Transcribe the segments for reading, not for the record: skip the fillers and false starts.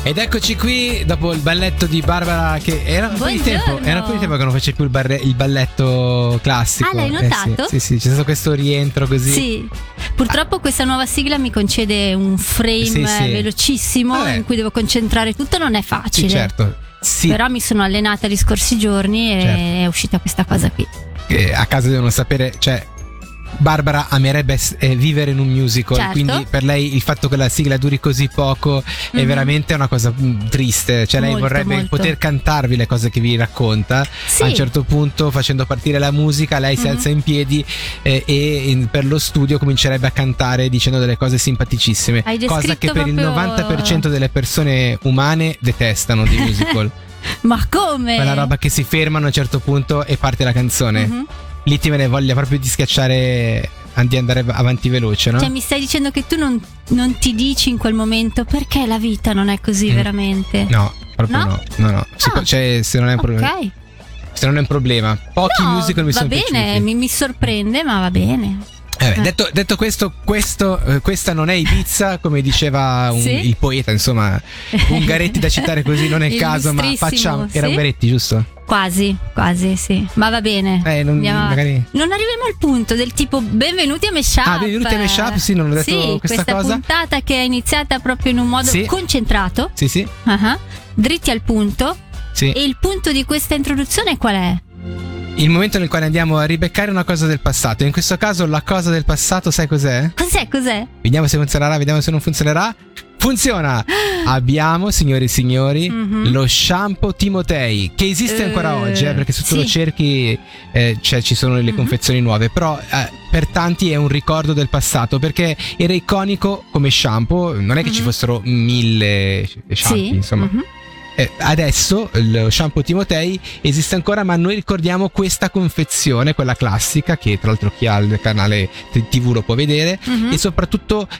Ed eccoci qui dopo il balletto di Barbara, che era un po' di tempo che non face più il balletto classico. Ah, l'hai notato? Sì, c'è stato questo rientro così. Sì. Purtroppo questa nuova sigla mi concede un frame velocissimo in cui devo concentrare tutto, non è facile. Sì, certo. Sì. Però mi sono allenata gli scorsi giorni e è uscita questa cosa qui. A casa devono sapere, cioè Barbara amerebbe vivere in un musical, certo. Quindi per lei il fatto che la sigla duri così poco è veramente una cosa triste. Cioè lei vorrebbe poter cantarvi le cose che vi racconta. Sì. A un certo punto, facendo partire la musica, lei si alza in piedi e per lo studio comincerebbe a cantare dicendo delle cose simpaticissime, cosa che per il 90% delle persone umane detestano di musical. Ma come? Quella roba che si fermano a un certo punto e parte la canzone. Lì ti viene voglia proprio di schiacciare, di andare avanti veloce, no? Cioè mi stai dicendo che tu non ti dici in quel momento perché la vita non è così veramente? No, proprio no. Cioè, se non è un problema. Ok. Se non è un problema. Pochi musical mi sono piaciuti. Va bene, mi sorprende, ma va bene. Detto questo, questa non è Ibiza, come diceva il poeta, insomma. Ungaretti da citare così non è il caso, ma facciamo. Era Ungaretti, giusto? Quasi, sì. Ma va bene. Non arriviamo al punto del tipo benvenuti a Meshup. Ah, benvenuti a Meshup, sì, non ho detto questa cosa. Puntata che è iniziata proprio in un modo concentrato. Sì. Dritti al punto. Sì. E il punto di questa introduzione qual è? Il momento nel quale andiamo a ribeccare una cosa del passato. In questo caso la cosa del passato, sai cos'è? Cos'è? Vediamo se funzionerà, vediamo se non funzionerà. Funziona! Abbiamo, signori e signori, lo shampoo Timotei, che esiste ancora oggi, perché se tu lo cerchi ci sono le confezioni nuove, però per tanti è un ricordo del passato, perché era iconico come shampoo. Non è che ci fossero 1000 shampoo, insomma. Adesso lo shampoo Timotei esiste ancora, ma noi ricordiamo questa confezione, quella classica, che tra l'altro chi ha il canale TV lo può vedere, e soprattutto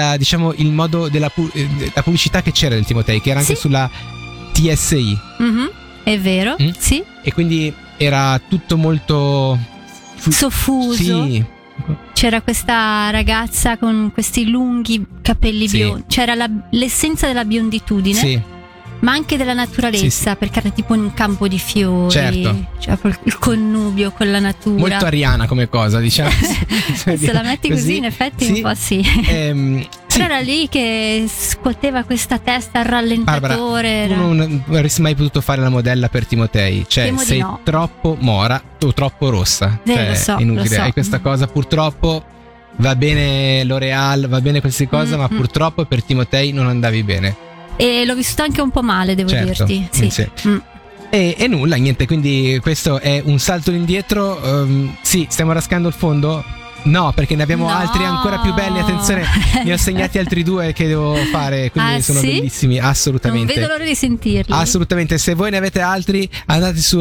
il modo della la pubblicità che c'era del Timotei, che era anche sulla TSI. È vero, sì. E quindi era tutto molto soffuso. Sì. C'era questa ragazza con questi lunghi capelli biondi, c'era l'essenza della bionditudine. Sì. Ma anche della naturalezza, perché era tipo un campo di fiori, cioè il connubio con la natura. Molto ariana come cosa, diciamo. Se la metti così in effetti un po' sì. Però era lì che scuoteva questa testa al rallentatore. Barbara, tu non avresti mai potuto fare la modella per Timotei. Cioè sei troppo mora o troppo rossa. Lo so. Inutile. E questa cosa purtroppo va bene L'Oreal, va bene queste cose, ma purtroppo per Timotei non andavi bene. E l'ho vissuto anche un po' male, devo dirti. Sì. E nulla, niente, quindi questo è un salto indietro. Stiamo rascando il fondo? No, perché ne abbiamo altri ancora più belli. Attenzione, ne ho segnati altri 2 che devo fare, quindi sono bellissimi, assolutamente. Non vedo l'ora di sentirli. Assolutamente, se voi ne avete altri andate su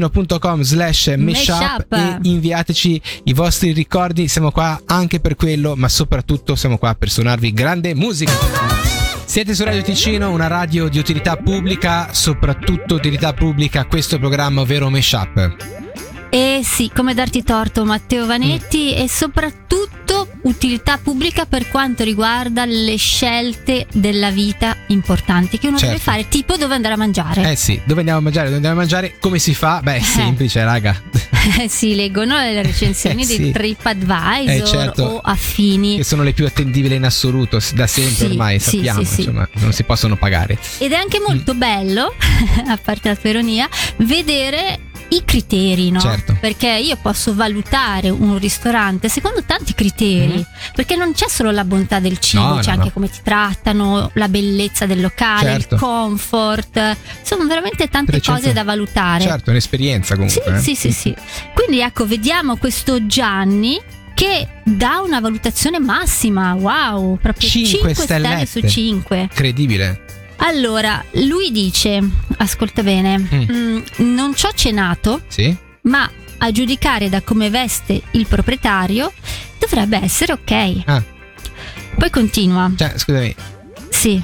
radioticino.com/meshup e inviateci i vostri ricordi. Siamo qua anche per quello, ma soprattutto siamo qua per suonarvi grande musica. Siete su Radio Ticino, una radio di utilità pubblica, soprattutto utilità pubblica, questo programma, ovvero Meshup. E sì, come darti torto Matteo Vanetti, e soprattutto utilità pubblica per quanto riguarda le scelte della vita importanti che uno deve fare, tipo dove andare a mangiare. Dove andiamo a mangiare, come si fa? Beh, è semplice, raga. Si leggono le recensioni di TripAdvisor o affini, che sono le più attendibili in assoluto, da sempre ormai sappiamo, insomma, non si possono pagare. Ed è anche molto bello, a parte la tua ironia, vedere i criteri, no? Certo. Perché io posso valutare un ristorante secondo tanti criteri, perché non c'è solo la bontà del cibo, c'è anche come ti trattano, la bellezza del locale, il comfort, sono veramente tante cose da valutare. Certo, è un'esperienza comunque. Sì. Quindi ecco, vediamo questo Gianni che dà una valutazione massima, wow, proprio 5 stelle su 5. Incredibile. Allora, lui dice, ascolta bene, non ci ho cenato, ma a giudicare da come veste il proprietario dovrebbe essere ok. Poi continua. Cioè, scusami. Sì.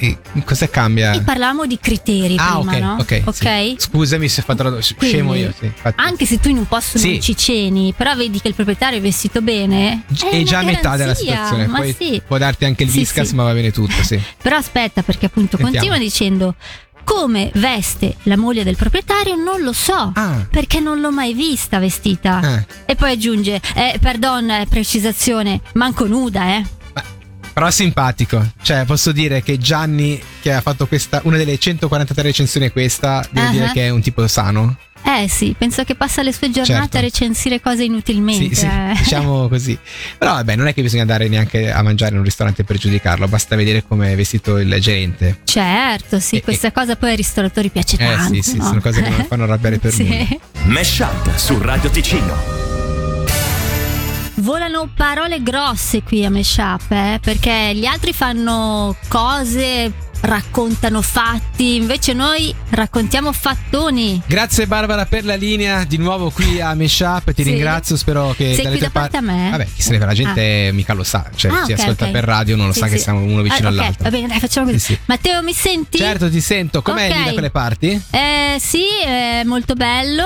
cosa cambia? E parlavamo di criteri prima, ok, no? Ok. Sì. Scusami se ho fatto scemo io. Sì, anche se tu in un posto non ci ceni, però vedi che il proprietario è vestito bene, è già a metà della situazione. Poi può darti anche il Whiskas, ma va bene tutto, sì. Però aspetta, perché appunto continua dicendo: come veste la moglie del proprietario non lo so, perché non l'ho mai vista vestita. E poi aggiunge: perdon, precisazione, manco nuda, Però simpatico. Cioè, posso dire che Gianni, che ha fatto una delle 143 recensioni, devo dire che è un tipo sano. Sì, penso che passa le sue giornate a recensire cose inutilmente. Sì, diciamo così. Però vabbè, non è che bisogna andare neanche a mangiare in un ristorante per giudicarlo, basta vedere come è vestito il gerente. Certo, questa cosa poi ai ristoratori piace tanto. Sì, sono cose che non fanno arrabbiare per nulla. Mashup su Radio Ticino. Volano parole grosse qui a Mashup, perché gli altri fanno cose, raccontano fatti, invece noi raccontiamo fattoni. Grazie Barbara per la linea di nuovo qui a Mashup, ti ringrazio, spero che sei dalle tue parti a me. Vabbè, chi se ne fa, la gente mica lo sa, cioè chi ascolta per radio non lo sa che siamo uno vicino all'altro. Va bene, dai, facciamo così. Sì. Matteo, mi senti? Certo, ti sento. Com'è lì da quelle parti? Sì, è molto bello.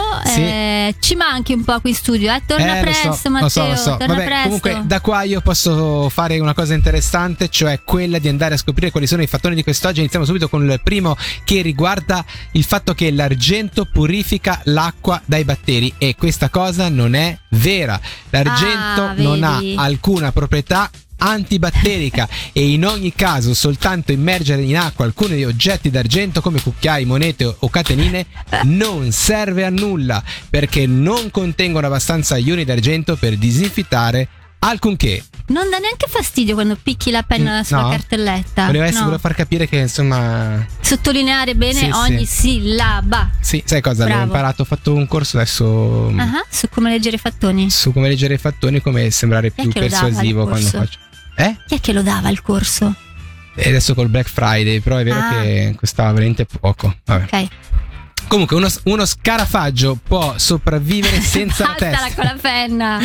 Ci manchi un po' qui in studio, torna presto, Matteo. Lo so. Vabbè, presto. Comunque da qua io posso fare una cosa interessante, cioè quella di andare a scoprire quali sono i fattoni di quest'oggi. Iniziamo subito con il primo, che riguarda il fatto che l'argento purifica l'acqua dai batteri, e questa cosa non è vera. L'argento non ha alcuna proprietà antibatterica e in ogni caso soltanto immergere in acqua alcuni oggetti d'argento come cucchiai, monete o catenine non serve a nulla, perché non contengono abbastanza ioni d'argento per disinfettare alcunché. Non dà neanche fastidio quando picchi la penna sulla cartelletta. Volevo far capire che insomma sottolineare bene ogni sillaba. Sì, sai cosa? L'ho imparato, ho fatto un corso adesso su come leggere i fattoni. Su come leggere i fattoni, come sembrare più persuasivo quando faccio. Chi è che lo dava il corso? E adesso col Black Friday, però è vero che costava veramente poco. Vabbè. Ok. Comunque uno scarafaggio può sopravvivere senza la testa. Con la penna.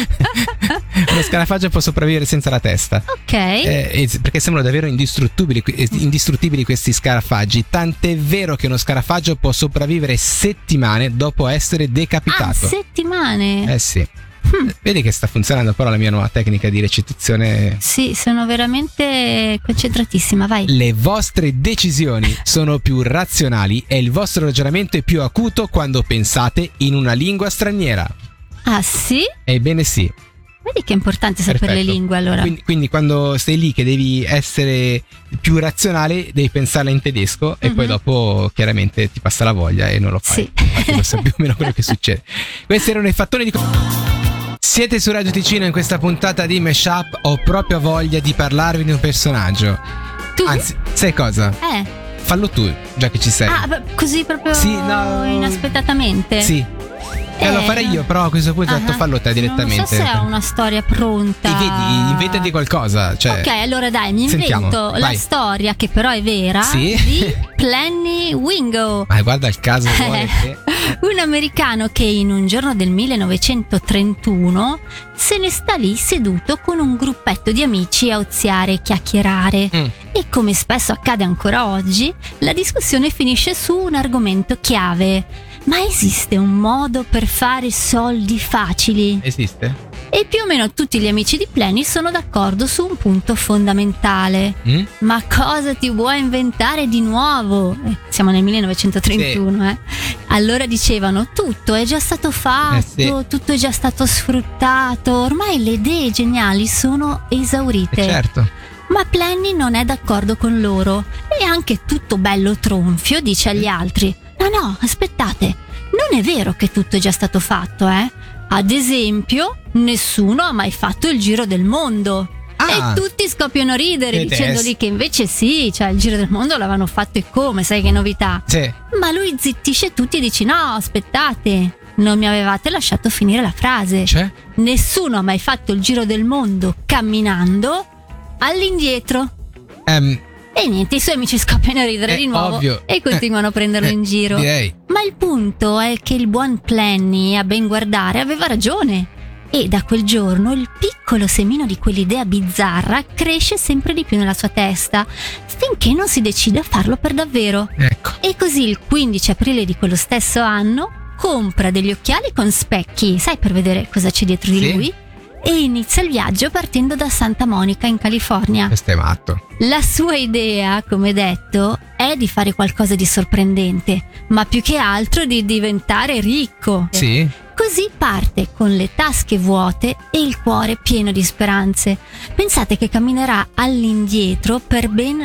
Uno scarafaggio può sopravvivere senza la testa. Ok. Perché sembrano davvero indistruttibili questi scarafaggi. Tant'è vero che uno scarafaggio può sopravvivere settimane dopo essere decapitato. Settimane? Sì. Vedi che sta funzionando però la mia nuova tecnica di recitazione. Sì, sono veramente concentratissima, vai. Le vostre decisioni sono più razionali e il vostro ragionamento è più acuto quando pensate in una lingua straniera. Ah sì? Ebbene sì. Vedi che è importante sapere le lingue allora. Quindi quando stai lì che devi essere più razionale devi pensarla in tedesco e poi dopo chiaramente ti passa la voglia e non lo fai. Sì. Lo so più o meno quello che succede. Questi erano i fattoni di... Siete su Radio Ticino in questa puntata di Mashup. Ho proprio voglia di parlarvi di un personaggio. Tu? Anzi, sai cosa? Fallo tu, già che ci sei. Così proprio inaspettatamente? Sì. Lo farei io, però a questo punto fallo te direttamente. Non so se ha una storia pronta. E vedi, inventati qualcosa. Cioè... Ok, allora dai, mi invento la storia, che però è vera, di Plenny Wingo. Ma guarda il caso vuole che... Un americano che in un giorno del 1931 se ne sta lì seduto con un gruppetto di amici a oziare e chiacchierare. E come spesso accade ancora oggi, la discussione finisce su un argomento chiave. Ma esiste un modo per fare soldi facili? Esiste? E più o meno tutti gli amici di Plenny sono d'accordo su un punto fondamentale. Ma cosa ti vuoi inventare di nuovo? Siamo nel 1931, Allora dicevano, tutto è già stato fatto, tutto è già stato sfruttato, ormai le idee geniali sono esaurite. Certo. Ma Plenny non è d'accordo con loro. E anche tutto bello tronfio dice agli altri: No, aspettate, non è vero che tutto è già stato fatto, Ad esempio, nessuno ha mai fatto il giro del mondo. E tutti scoppiano a ridere dicendogli che invece sì, cioè il giro del mondo l'avevano fatto e come, sai che novità. Sì. Ma lui zittisce tutti e dice: no, aspettate, non mi avevate lasciato finire la frase. Cioè? Nessuno ha mai fatto il giro del mondo camminando all'indietro. E niente, i suoi amici scoppiano a ridere di nuovo, ovvio. E continuano a prenderlo in giro. Direi. Ma il punto è che il buon Plenny, a ben guardare, aveva ragione. E da quel giorno il piccolo semino di quell'idea bizzarra cresce sempre di più nella sua testa, finché non si decide a farlo per davvero. Ecco. E così il 15 aprile di quello stesso anno compra degli occhiali con specchi, sai, per vedere cosa c'è dietro di lui, e inizia il viaggio partendo da Santa Monica in California. Questo è matto. La sua idea, come detto, è di fare qualcosa di sorprendente, ma più che altro di diventare ricco. Sì. Così parte con le tasche vuote e il cuore pieno di speranze. Pensate che camminerà all'indietro per ben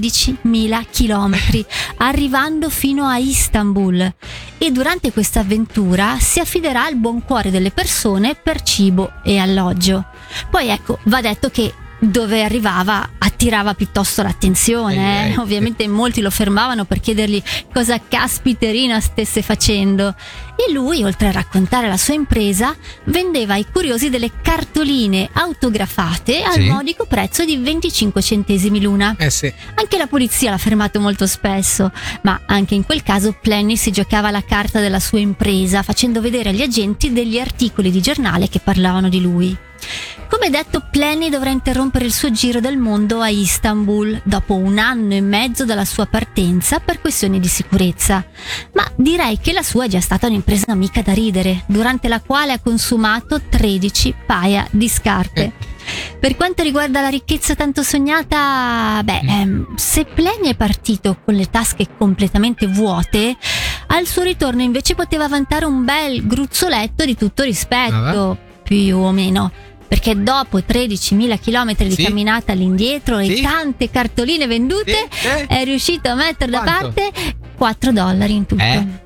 13.000 chilometri, arrivando fino a Istanbul. E durante questa avventura si affiderà al buon cuore delle persone per cibo e alloggio. Poi ecco, va detto che dove arrivava attirava piuttosto l'attenzione. Ovviamente molti lo fermavano per chiedergli cosa caspiterina stesse facendo, e lui, oltre a raccontare la sua impresa, vendeva ai curiosi delle cartoline autografate al modico prezzo di 25 centesimi l'una. Sì. Anche la polizia l'ha fermato molto spesso, ma anche in quel caso Pliny si giocava la carta della sua impresa, facendo vedere agli agenti degli articoli di giornale che parlavano di lui. Come detto, Pliny dovrà interrompere il suo giro del mondo a Istanbul dopo 1 anno e mezzo dalla sua partenza per questioni di sicurezza. Ma direi che la sua è già stata un'impresa mica da ridere, durante la quale ha consumato 13 paia di scarpe. Per quanto riguarda la ricchezza tanto sognata, se Pliny è partito con le tasche completamente vuote, al suo ritorno invece poteva vantare un bel gruzzoletto di tutto rispetto, più o meno. Perché dopo 13.000 chilometri di camminata all'indietro e tante cartoline vendute, è riuscito a mettere da parte $4 in tutto.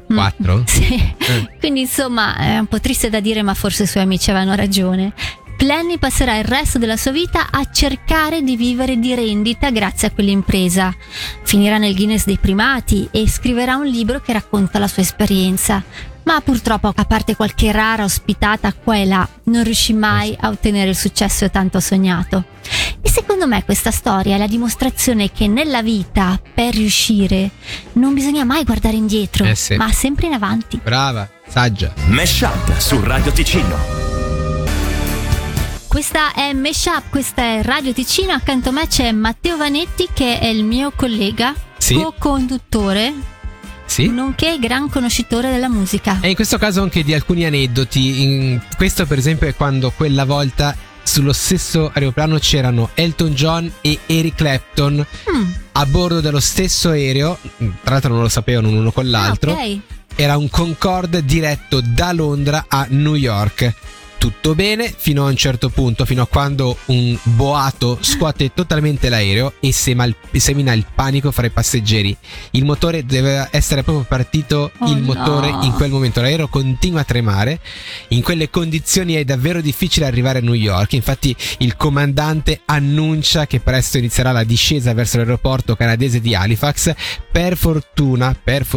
4? Sì. Quindi insomma è un po' triste da dire, ma forse i suoi amici avevano ragione. Pliny passerà il resto della sua vita a cercare di vivere di rendita grazie a quell'impresa. Finirà nel Guinness dei primati e scriverà un libro che racconta la sua esperienza. Ma purtroppo, a parte qualche rara ospitata qua e là, non riuscì mai a ottenere il successo tanto sognato. E secondo me questa storia è la dimostrazione che nella vita, per riuscire, non bisogna mai guardare indietro, ma sempre in avanti. Brava, saggia. Mashup su Radio Ticino. Questa è Mashup, questa è Radio Ticino. Accanto a me c'è Matteo Vanetti, che è il mio collega, co-conduttore, nonché gran conoscitore della musica. E in questo caso anche di alcuni aneddoti. Questo per esempio è quando quella volta sullo stesso aeroplano c'erano Elton John e Eric Clapton a bordo dello stesso aereo. Tra l'altro non lo sapevano l'uno con l'altro. Era un Concorde diretto da Londra a New York. Tutto bene fino a un certo punto, fino a quando un boato scuote totalmente l'aereo e semina il panico fra i passeggeri. Il motore deve essere proprio partito, in quel momento l'aereo continua a tremare. In quelle condizioni è davvero difficile arrivare a New York. Infatti il comandante annuncia che presto inizierà la discesa verso l'aeroporto canadese di Halifax. Per fortuna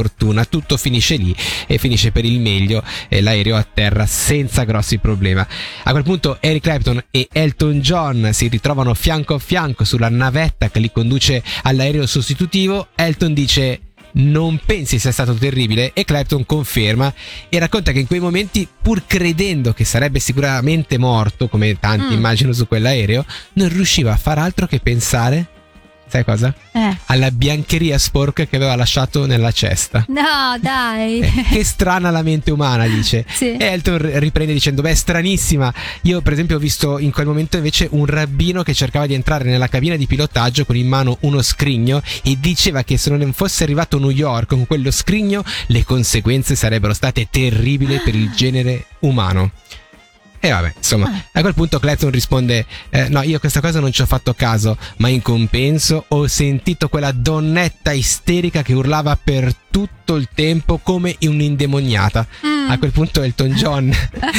tutto finisce lì e finisce per il meglio, e l'aereo atterra senza grossi problemi. A quel punto Eric Clapton e Elton John si ritrovano fianco a fianco sulla navetta che li conduce all'aereo sostitutivo. Elton dice: non pensi sia stato terribile? E Clapton conferma e racconta che in quei momenti, pur credendo che sarebbe sicuramente morto, come tanti immagino su quell'aereo, non riusciva a far altro che pensare, sai cosa? Alla biancheria sporca che aveva lasciato nella cesta. No, dai. Che strana la mente umana, dice. E Elton riprende dicendo: beh, stranissima. Io per esempio ho visto in quel momento invece un rabbino che cercava di entrare nella cabina di pilotaggio con in mano uno scrigno e diceva che se non fosse arrivato a New York con quello scrigno le conseguenze sarebbero state terribili per il genere umano. E vabbè, insomma, a quel punto Clapton risponde: no, io questa cosa non ci ho fatto caso, ma in compenso ho sentito quella donnetta isterica che urlava per tutto il tempo come un'indemoniata. A quel punto Elton John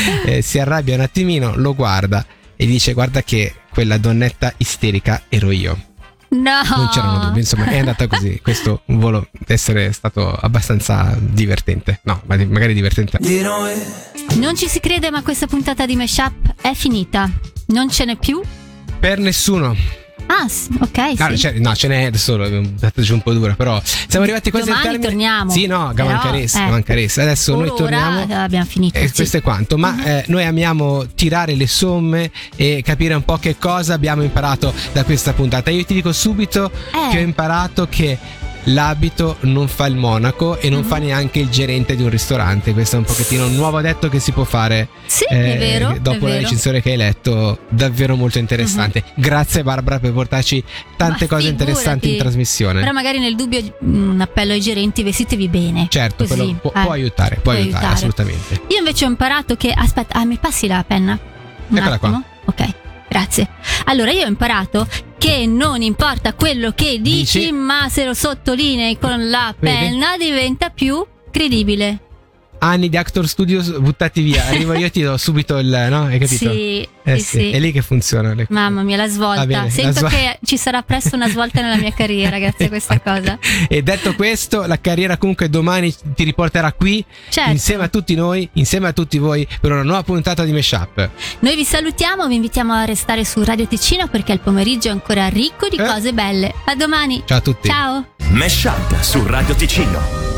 si arrabbia un attimino, lo guarda e dice: guarda che quella donnetta isterica ero io. No, non c'erano dubbi, insomma è andata così. Questo vuole essere stato abbastanza divertente. No, magari divertente. Non ci si crede, ma questa puntata di Mashup è finita. Non ce n'è più per nessuno. Ok. No, ce n'è solo, un po' dura, però siamo arrivati quasi al termine. Torniamo. Sì, no, mancaressa. Adesso noi torniamo. Abbiamo finito. Questo è quanto. Ma noi amiamo tirare le somme e capire un po' che cosa abbiamo imparato da questa puntata. Io ti dico subito che ho imparato che l'abito non fa il monaco e non fa neanche il gerente di un ristorante. Questo è un pochettino un nuovo detto che si può fare. Sì, è vero. Dopo la recensione che hai letto, davvero molto interessante. Grazie Barbara per portarci tante cose interessanti in trasmissione. Però magari nel dubbio un appello ai gerenti: vestitevi bene. Certo, quello può aiutare, assolutamente. Io invece ho imparato che mi passi la penna? Eccola qua. Ok, grazie. Allora, io ho imparato che non importa quello che dici, ma se lo sottolinei con la penna diventa più credibile. Anni di Actor Studios buttati via. Arrivo io, ti do subito il, no? Hai capito? Sì. È lì che funziona. Mamma mia, la svolta. Sento che ci sarà presto una svolta nella mia carriera grazie a questa cosa. E detto questo, la carriera comunque domani ti riporterà qui, insieme a tutti noi, insieme a tutti voi, per una nuova puntata di Meshup. Noi vi salutiamo, vi invitiamo a restare su Radio Ticino perché il pomeriggio è ancora ricco di cose belle. A domani. Ciao a tutti. Ciao. Meshup su Radio Ticino.